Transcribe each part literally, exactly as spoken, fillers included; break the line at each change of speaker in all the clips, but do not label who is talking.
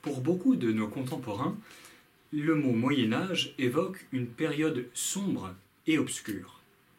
Pour beaucoup de nos contemporains, le mot Moyen-Âge évoque une période sombre et obscure.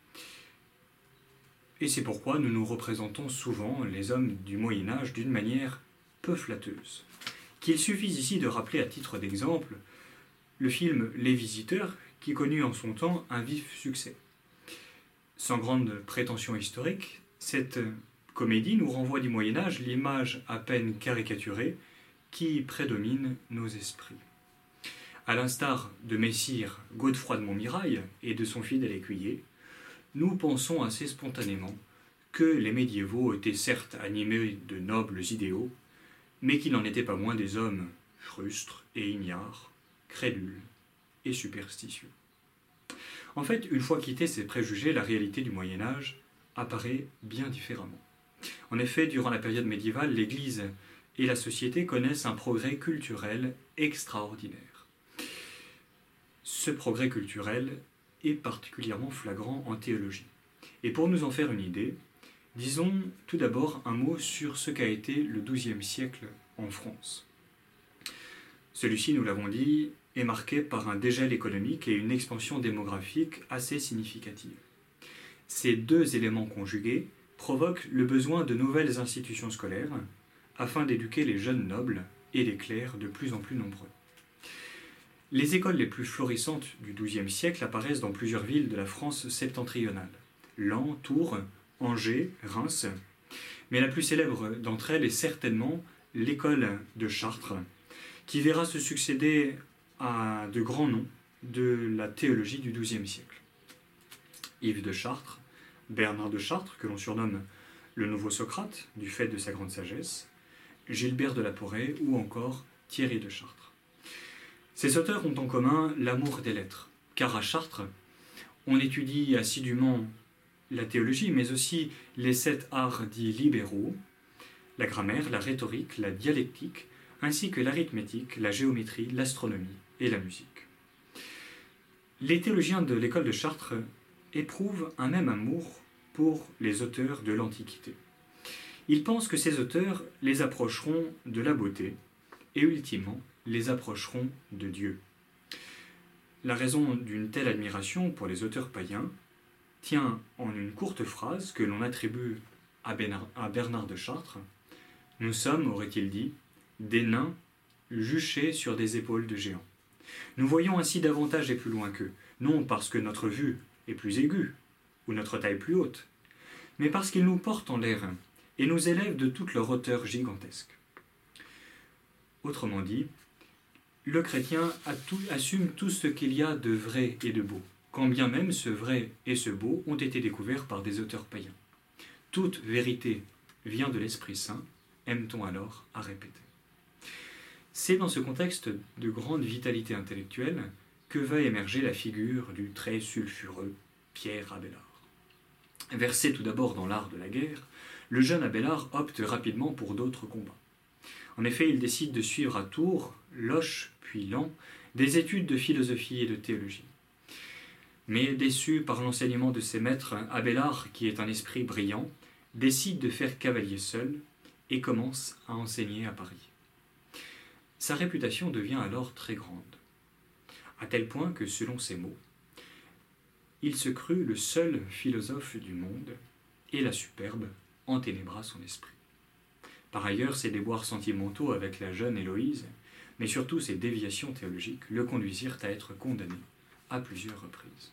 Et c'est pourquoi nous nous représentons souvent les hommes du Moyen-Âge d'une manière peu flatteuse. Qu'il suffise ici de rappeler à titre d'exemple le film Les Visiteurs, qui connut en son temps un vif succès. Sans grande prétention historique, cette comédie nous renvoie du Moyen-Âge l'image à peine caricaturée qui prédomine nos esprits. À l'instar de messire Godefroy de Montmirail et de son fidèle écuyer, nous pensons assez spontanément que les médiévaux étaient certes animés de nobles idéaux, mais qu'il n'en était pas moins des hommes frustres et ignares, crédules et superstitieux. En fait, une fois quittés ces préjugés, la réalité du Moyen-Âge apparaît bien différemment. En effet, durant la période médiévale, l'Église et la société connaissent un progrès culturel extraordinaire. Ce progrès culturel est particulièrement flagrant en théologie. Et pour nous en faire une idée, disons tout d'abord un mot sur ce qu'a été le douzième siècle en France. Celui-ci, nous l'avons dit, est marqué par un dégel économique et une expansion démographique assez significative. Ces deux éléments conjugués provoquent le besoin de nouvelles institutions scolaires afin d'éduquer les jeunes nobles et les clercs de plus en plus nombreux. Les écoles les plus florissantes du douzième siècle apparaissent dans plusieurs villes de la France septentrionale, Laon, Tours, Angers, Reims, mais la plus célèbre d'entre elles est certainement l'école de Chartres, qui verra se succéder à de grands noms de la théologie du douzième siècle. Yves de Chartres, Bernard de Chartres, que l'on surnomme le nouveau Socrate, du fait de sa grande sagesse, Gilbert de la Porrée ou encore Thierry de Chartres. Ces auteurs ont en commun l'amour des lettres, car à Chartres, on étudie assidûment la théologie, mais aussi les sept arts dits libéraux, la grammaire, la rhétorique, la dialectique, ainsi que l'arithmétique, la géométrie, l'astronomie et la musique. Les théologiens de l'école de Chartres éprouvent un même amour pour les auteurs de l'Antiquité. Ils pensent que ces auteurs les approcheront de la beauté et ultimement les approcheront de Dieu. La raison d'une telle admiration pour les auteurs païens tient en une courte phrase que l'on attribue à Bernard de Chartres. « Nous sommes, aurait-il dit, des nains juchés sur des épaules de géants. Nous voyons ainsi davantage et plus loin qu'eux, non parce que notre vue est plus aiguë ou notre taille plus haute, mais parce qu'ils nous portent en l'air et nous élèvent de toute leur hauteur gigantesque. » Autrement dit, le chrétien a tout, assume tout ce qu'il y a de vrai et de beau, quand bien même ce vrai et ce beau ont été découverts par des auteurs païens. Toute vérité vient de l'Esprit Saint, aime-t-on alors à répéter. C'est dans ce contexte de grande vitalité intellectuelle que va émerger la figure du très sulfureux Pierre Abélard. Versé tout d'abord dans l'art de la guerre, le jeune Abélard opte rapidement pour d'autres combats. En effet, il décide de suivre à Tours, Loches puis Laon, des études de philosophie et de théologie. Mais déçu par l'enseignement de ses maîtres, Abélard, qui est un esprit brillant, décide de faire cavalier seul et commence à enseigner à Paris. Sa réputation devient alors très grande, à tel point que, selon ses mots, il se crut le seul philosophe du monde et la superbe enténébra son esprit. Par ailleurs, ses déboires sentimentaux avec la jeune Héloïse, mais surtout ses déviations théologiques, le conduisirent à être condamné à plusieurs reprises.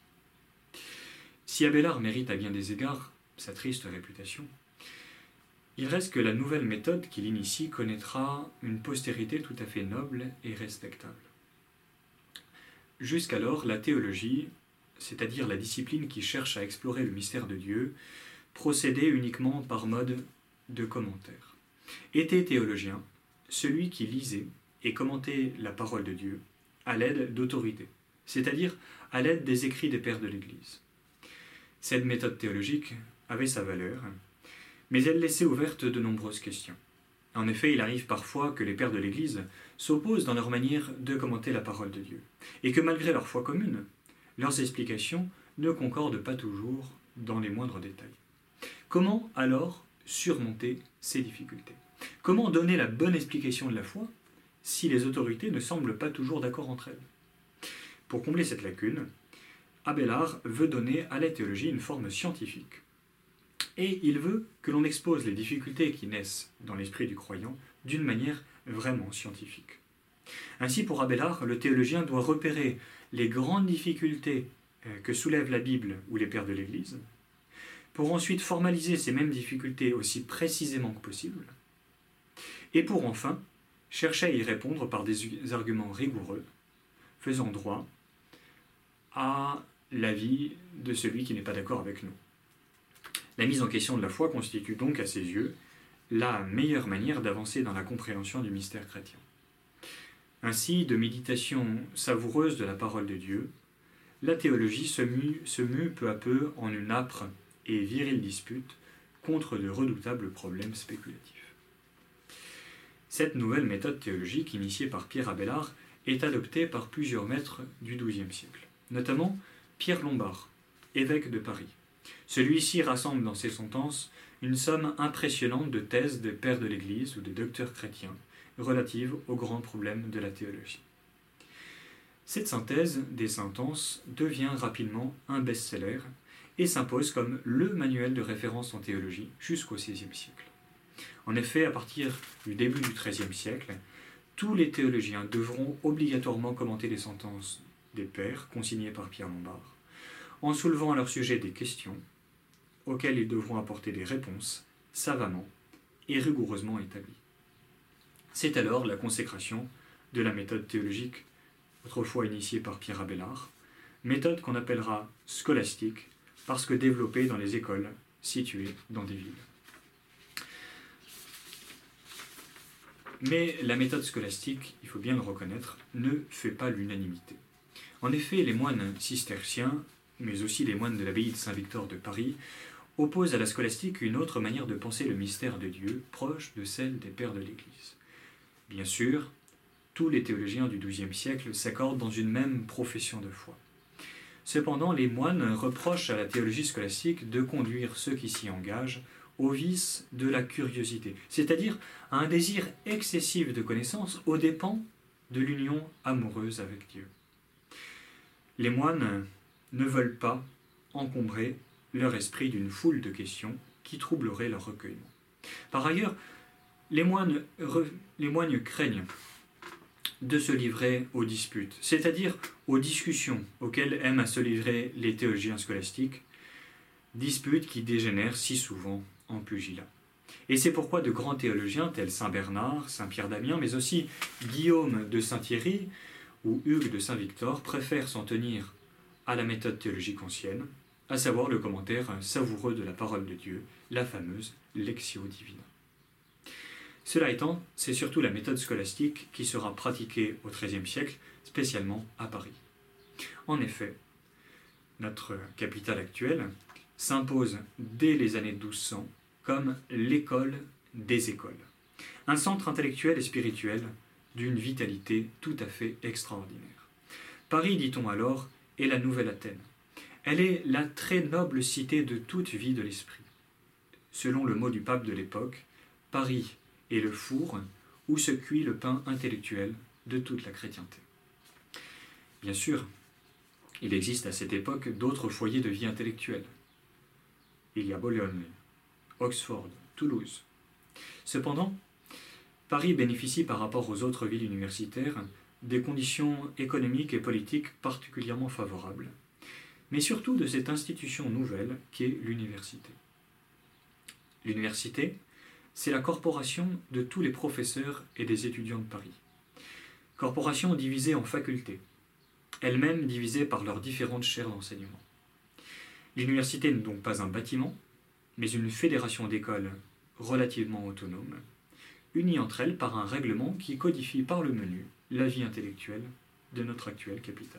Si Abélard mérite à bien des égards sa triste réputation, il reste que la nouvelle méthode qu'il initie connaîtra une postérité tout à fait noble et respectable. Jusqu'alors, la théologie, c'est-à-dire la discipline qui cherche à explorer le mystère de Dieu, procédait uniquement par mode de commentaire. Était théologien celui qui lisait et commentait la parole de Dieu à l'aide d'autorités, c'est-à-dire à l'aide des écrits des pères de l'Église. Cette méthode théologique avait sa valeur, mais elle laissait ouvertes de nombreuses questions. En effet, il arrive parfois que les pères de l'Église s'opposent dans leur manière de commenter la parole de Dieu, et que malgré leur foi commune, leurs explications ne concordent pas toujours dans les moindres détails. Comment alors surmonter ces difficultés? Comment donner la bonne explication de la foi si les autorités ne semblent pas toujours d'accord entre elles. Pour combler cette lacune, Abélard veut donner à la théologie une forme scientifique. Et il veut que l'on expose les difficultés qui naissent dans l'esprit du croyant d'une manière vraiment scientifique. Ainsi, pour Abélard, le théologien doit repérer les grandes difficultés que soulève la Bible ou les pères de l'Église, pour ensuite formaliser ces mêmes difficultés aussi précisément que possible, et pour enfin chercher à y répondre par des arguments rigoureux, faisant droit à l'avis de celui qui n'est pas d'accord avec nous. La mise en question de la foi constitue donc, à ses yeux, la meilleure manière d'avancer dans la compréhension du mystère chrétien. Ainsi, de méditation savoureuse de la parole de Dieu, la théologie se mue, se mue peu à peu en une âpre et virile dispute contre de redoutables problèmes spéculatifs. Cette nouvelle méthode théologique, initiée par Pierre Abélard, est adoptée par plusieurs maîtres du douzième siècle, notamment Pierre Lombard, évêque de Paris. Celui-ci rassemble dans ses sentences une somme impressionnante de thèses des pères de l'Église ou des docteurs chrétiens relatives aux grands problèmes de la théologie. Cette synthèse des sentences devient rapidement un best-seller et s'impose comme le manuel de référence en théologie jusqu'au seizième siècle. En effet, à partir du début du treizième siècle, tous les théologiens devront obligatoirement commenter les sentences des pères consignées par Pierre Lombard, en soulevant à leur sujet des questions auxquelles ils devront apporter des réponses savamment et rigoureusement établies. C'est alors la consécration de la méthode théologique, autrefois initiée par Pierre Abélard, méthode qu'on appellera scolastique, parce que développée dans les écoles situées dans des villes. Mais la méthode scolastique, il faut bien le reconnaître, ne fait pas l'unanimité. En effet, les moines cisterciens, mais aussi les moines de l'abbaye de Saint-Victor de Paris, opposent à la scolastique une autre manière de penser le mystère de Dieu, proche de celle des pères de l'Église. Bien sûr, tous les théologiens du douzième siècle s'accordent dans une même profession de foi. Cependant, les moines reprochent à la théologie scolastique de conduire ceux qui s'y engagent au vice de la curiosité, c'est-à-dire à un désir excessif de connaissance aux dépens de l'union amoureuse avec Dieu. Les moines ne veulent pas encombrer leur esprit d'une foule de questions qui troubleraient leur recueillement. Par ailleurs, les moines, les moines craignent de se livrer aux disputes, c'est-à-dire aux discussions auxquelles aiment à se livrer les théologiens scolastiques, disputes qui dégénèrent si souvent en pugilat. Et c'est pourquoi de grands théologiens tels Saint Bernard, Saint Pierre d'Amiens, mais aussi Guillaume de Saint-Thierry ou Hugues de Saint-Victor préfèrent s'en tenir à la méthode théologique ancienne, à savoir le commentaire savoureux de la parole de Dieu, la fameuse Lectio Divina. Cela étant, c'est surtout la méthode scolastique qui sera pratiquée au treizième siècle, spécialement à Paris. En effet, notre capitale actuelle s'impose dès les années douze cents comme l'école des écoles, un centre intellectuel et spirituel d'une vitalité tout à fait extraordinaire. Paris, dit-on alors, est la nouvelle Athènes. Elle est la très noble cité de toute vie de l'esprit. Selon le mot du pape de l'époque, Paris est le four où se cuit le pain intellectuel de toute la chrétienté. Bien sûr, il existe à cette époque d'autres foyers de vie intellectuelle. Il y a Bologne, Oxford, Toulouse. Cependant, Paris bénéficie par rapport aux autres villes universitaires des conditions économiques et politiques particulièrement favorables, mais surtout de cette institution nouvelle qu'est l'université. L'université, c'est la corporation de tous les professeurs et des étudiants de Paris. Corporation divisée en facultés, elles-mêmes divisées par leurs différentes chaires d'enseignement. L'université n'est donc pas un bâtiment, mais une fédération d'écoles relativement autonome, unies entre elles par un règlement qui codifie par le menu la vie intellectuelle de notre actuelle capitale.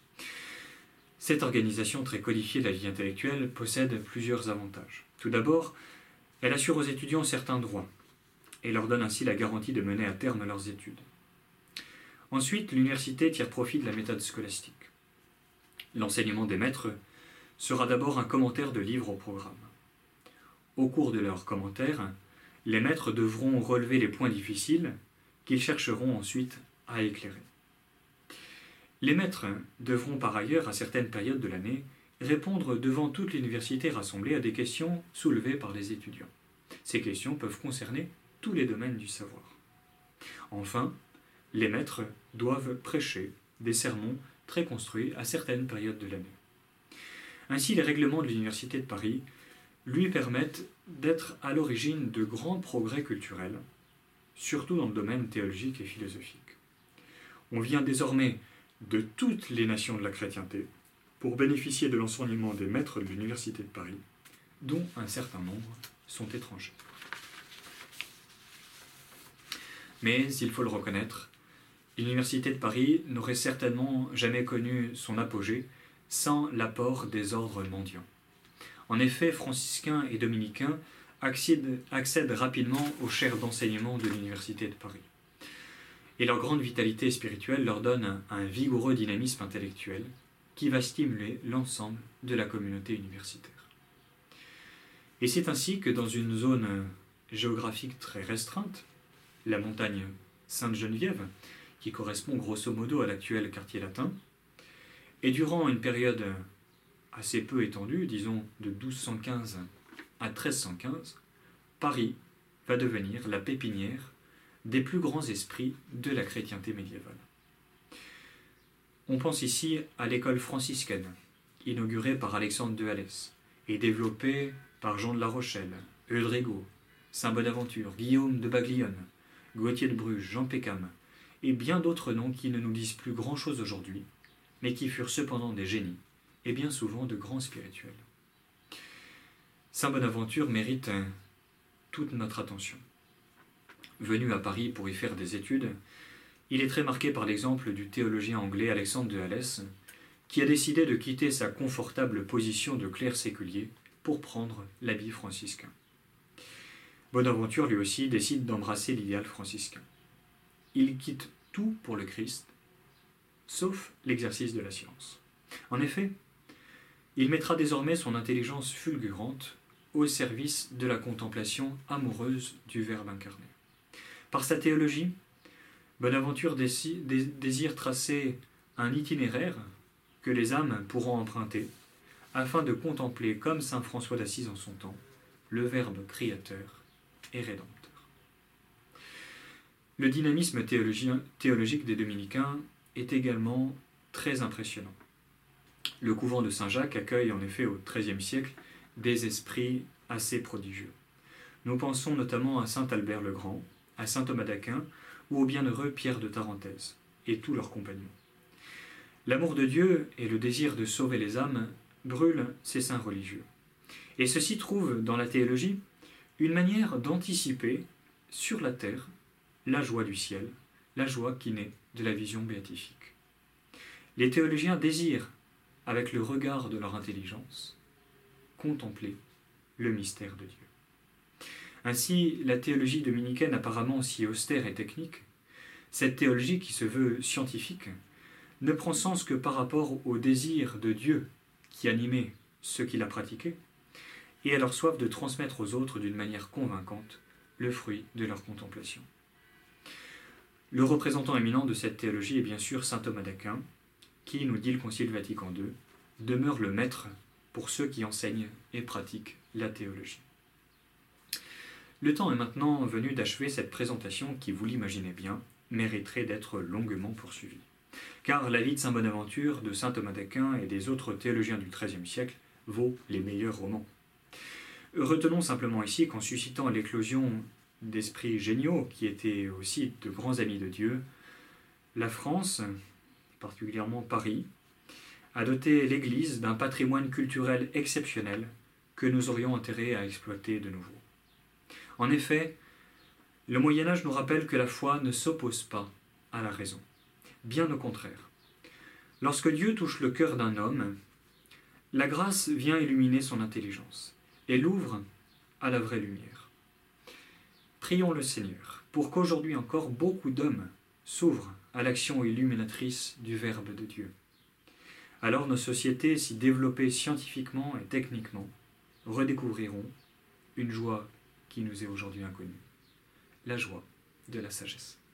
Cette organisation très codifiée de la vie intellectuelle possède plusieurs avantages. Tout d'abord, elle assure aux étudiants certains droits et leur donne ainsi la garantie de mener à terme leurs études. Ensuite, l'université tire profit de la méthode scolastique. L'enseignement des maîtres sera d'abord un commentaire de livres au programme. Au cours de leurs commentaires, les maîtres devront relever les points difficiles qu'ils chercheront ensuite à éclairer. Les maîtres devront par ailleurs, à certaines périodes de l'année, répondre devant toute l'université rassemblée à des questions soulevées par les étudiants. Ces questions peuvent concerner tous les domaines du savoir. Enfin, les maîtres doivent prêcher des sermons très construits à certaines périodes de l'année. Ainsi, les règlements de l'Université de Paris lui permettent d'être à l'origine de grands progrès culturels, surtout dans le domaine théologique et philosophique. On vient désormais de toutes les nations de la chrétienté pour bénéficier de l'enseignement des maîtres de l'Université de Paris, dont un certain nombre sont étrangers. Mais, il faut le reconnaître, l'Université de Paris n'aurait certainement jamais connu son apogée sans l'apport des ordres mendiants. En effet, franciscains et dominicains accèdent, accèdent rapidement aux chaires d'enseignement de l'Université de Paris. Et leur grande vitalité spirituelle leur donne un, un vigoureux dynamisme intellectuel qui va stimuler l'ensemble de la communauté universitaire. Et c'est ainsi que dans une zone géographique très restreinte, la montagne Sainte-Geneviève, qui correspond grosso modo à l'actuel quartier latin, et durant une période assez peu étendue, disons de douze cent quinze à treize cent quinze, Paris va devenir la pépinière des plus grands esprits de la chrétienté médiévale. On pense ici à l'école franciscaine, inaugurée par Alexandre de Alès et développée par Jean de La Rochelle, Eudrigo, Saint Bonaventure, Guillaume de Baglione, Gauthier de Bruges, Jean Pécam, et bien d'autres noms qui ne nous disent plus grand-chose aujourd'hui, mais qui furent cependant des génies, et bien souvent de grands spirituels. Saint Bonaventure mérite toute notre attention. Venu à Paris pour y faire des études, il est très marqué par l'exemple du théologien anglais Alexandre de Alès, qui a décidé de quitter sa confortable position de clerc séculier pour prendre l'habit franciscain. Bonaventure, lui aussi, décide d'embrasser l'idéal franciscain. Il quitte tout pour le Christ, sauf l'exercice de la science. En effet, il mettra désormais son intelligence fulgurante au service de la contemplation amoureuse du Verbe incarné. Par sa théologie, Bonaventure désire tracer un itinéraire que les âmes pourront emprunter afin de contempler, comme saint François d'Assise en son temps, le Verbe créateur et rédempteur. Le dynamisme théologique des dominicains est également très impressionnant. Le couvent de Saint-Jacques accueille en effet au treizième siècle des esprits assez prodigieux. Nous pensons notamment à saint Albert le Grand, à saint Thomas d'Aquin ou au bienheureux Pierre de Tarentaise et tous leurs compagnons. L'amour de Dieu et le désir de sauver les âmes brûlent ces saints religieux. Et ceci trouve dans la théologie une manière d'anticiper sur la terre la joie du ciel, la joie qui naît de la vision béatifique. Les théologiens désirent, avec le regard de leur intelligence, contempler le mystère de Dieu. Ainsi, la théologie dominicaine apparemment si austère et technique, cette théologie qui se veut scientifique, ne prend sens que par rapport au désir de Dieu qui animait ceux qui la pratiquaient, et à leur soif de transmettre aux autres d'une manière convaincante le fruit de leur contemplation. Le représentant éminent de cette théologie est bien sûr saint Thomas d'Aquin, qui, nous dit le Concile Vatican deux, demeure le maître pour ceux qui enseignent et pratiquent la théologie. Le temps est maintenant venu d'achever cette présentation qui, vous l'imaginez bien, mériterait d'être longuement poursuivie. Car la vie de saint Bonaventure, de saint Thomas d'Aquin et des autres théologiens du treizième siècle vaut les meilleurs romans. Retenons simplement ici qu'en suscitant l'éclosion d'esprits géniaux qui étaient aussi de grands amis de Dieu, la France, particulièrement Paris, a doté l'Église d'un patrimoine culturel exceptionnel que nous aurions intérêt à exploiter de nouveau. En effet, le Moyen-Âge nous rappelle que la foi ne s'oppose pas à la raison. Bien au contraire. Lorsque Dieu touche le cœur d'un homme, la grâce vient illuminer son intelligence et l'ouvre à la vraie lumière. Prions le Seigneur pour qu'aujourd'hui encore beaucoup d'hommes s'ouvrent à l'action illuminatrice du Verbe de Dieu. Alors nos sociétés, si développées scientifiquement et techniquement, redécouvriront une joie qui nous est aujourd'hui inconnue, la joie de la sagesse.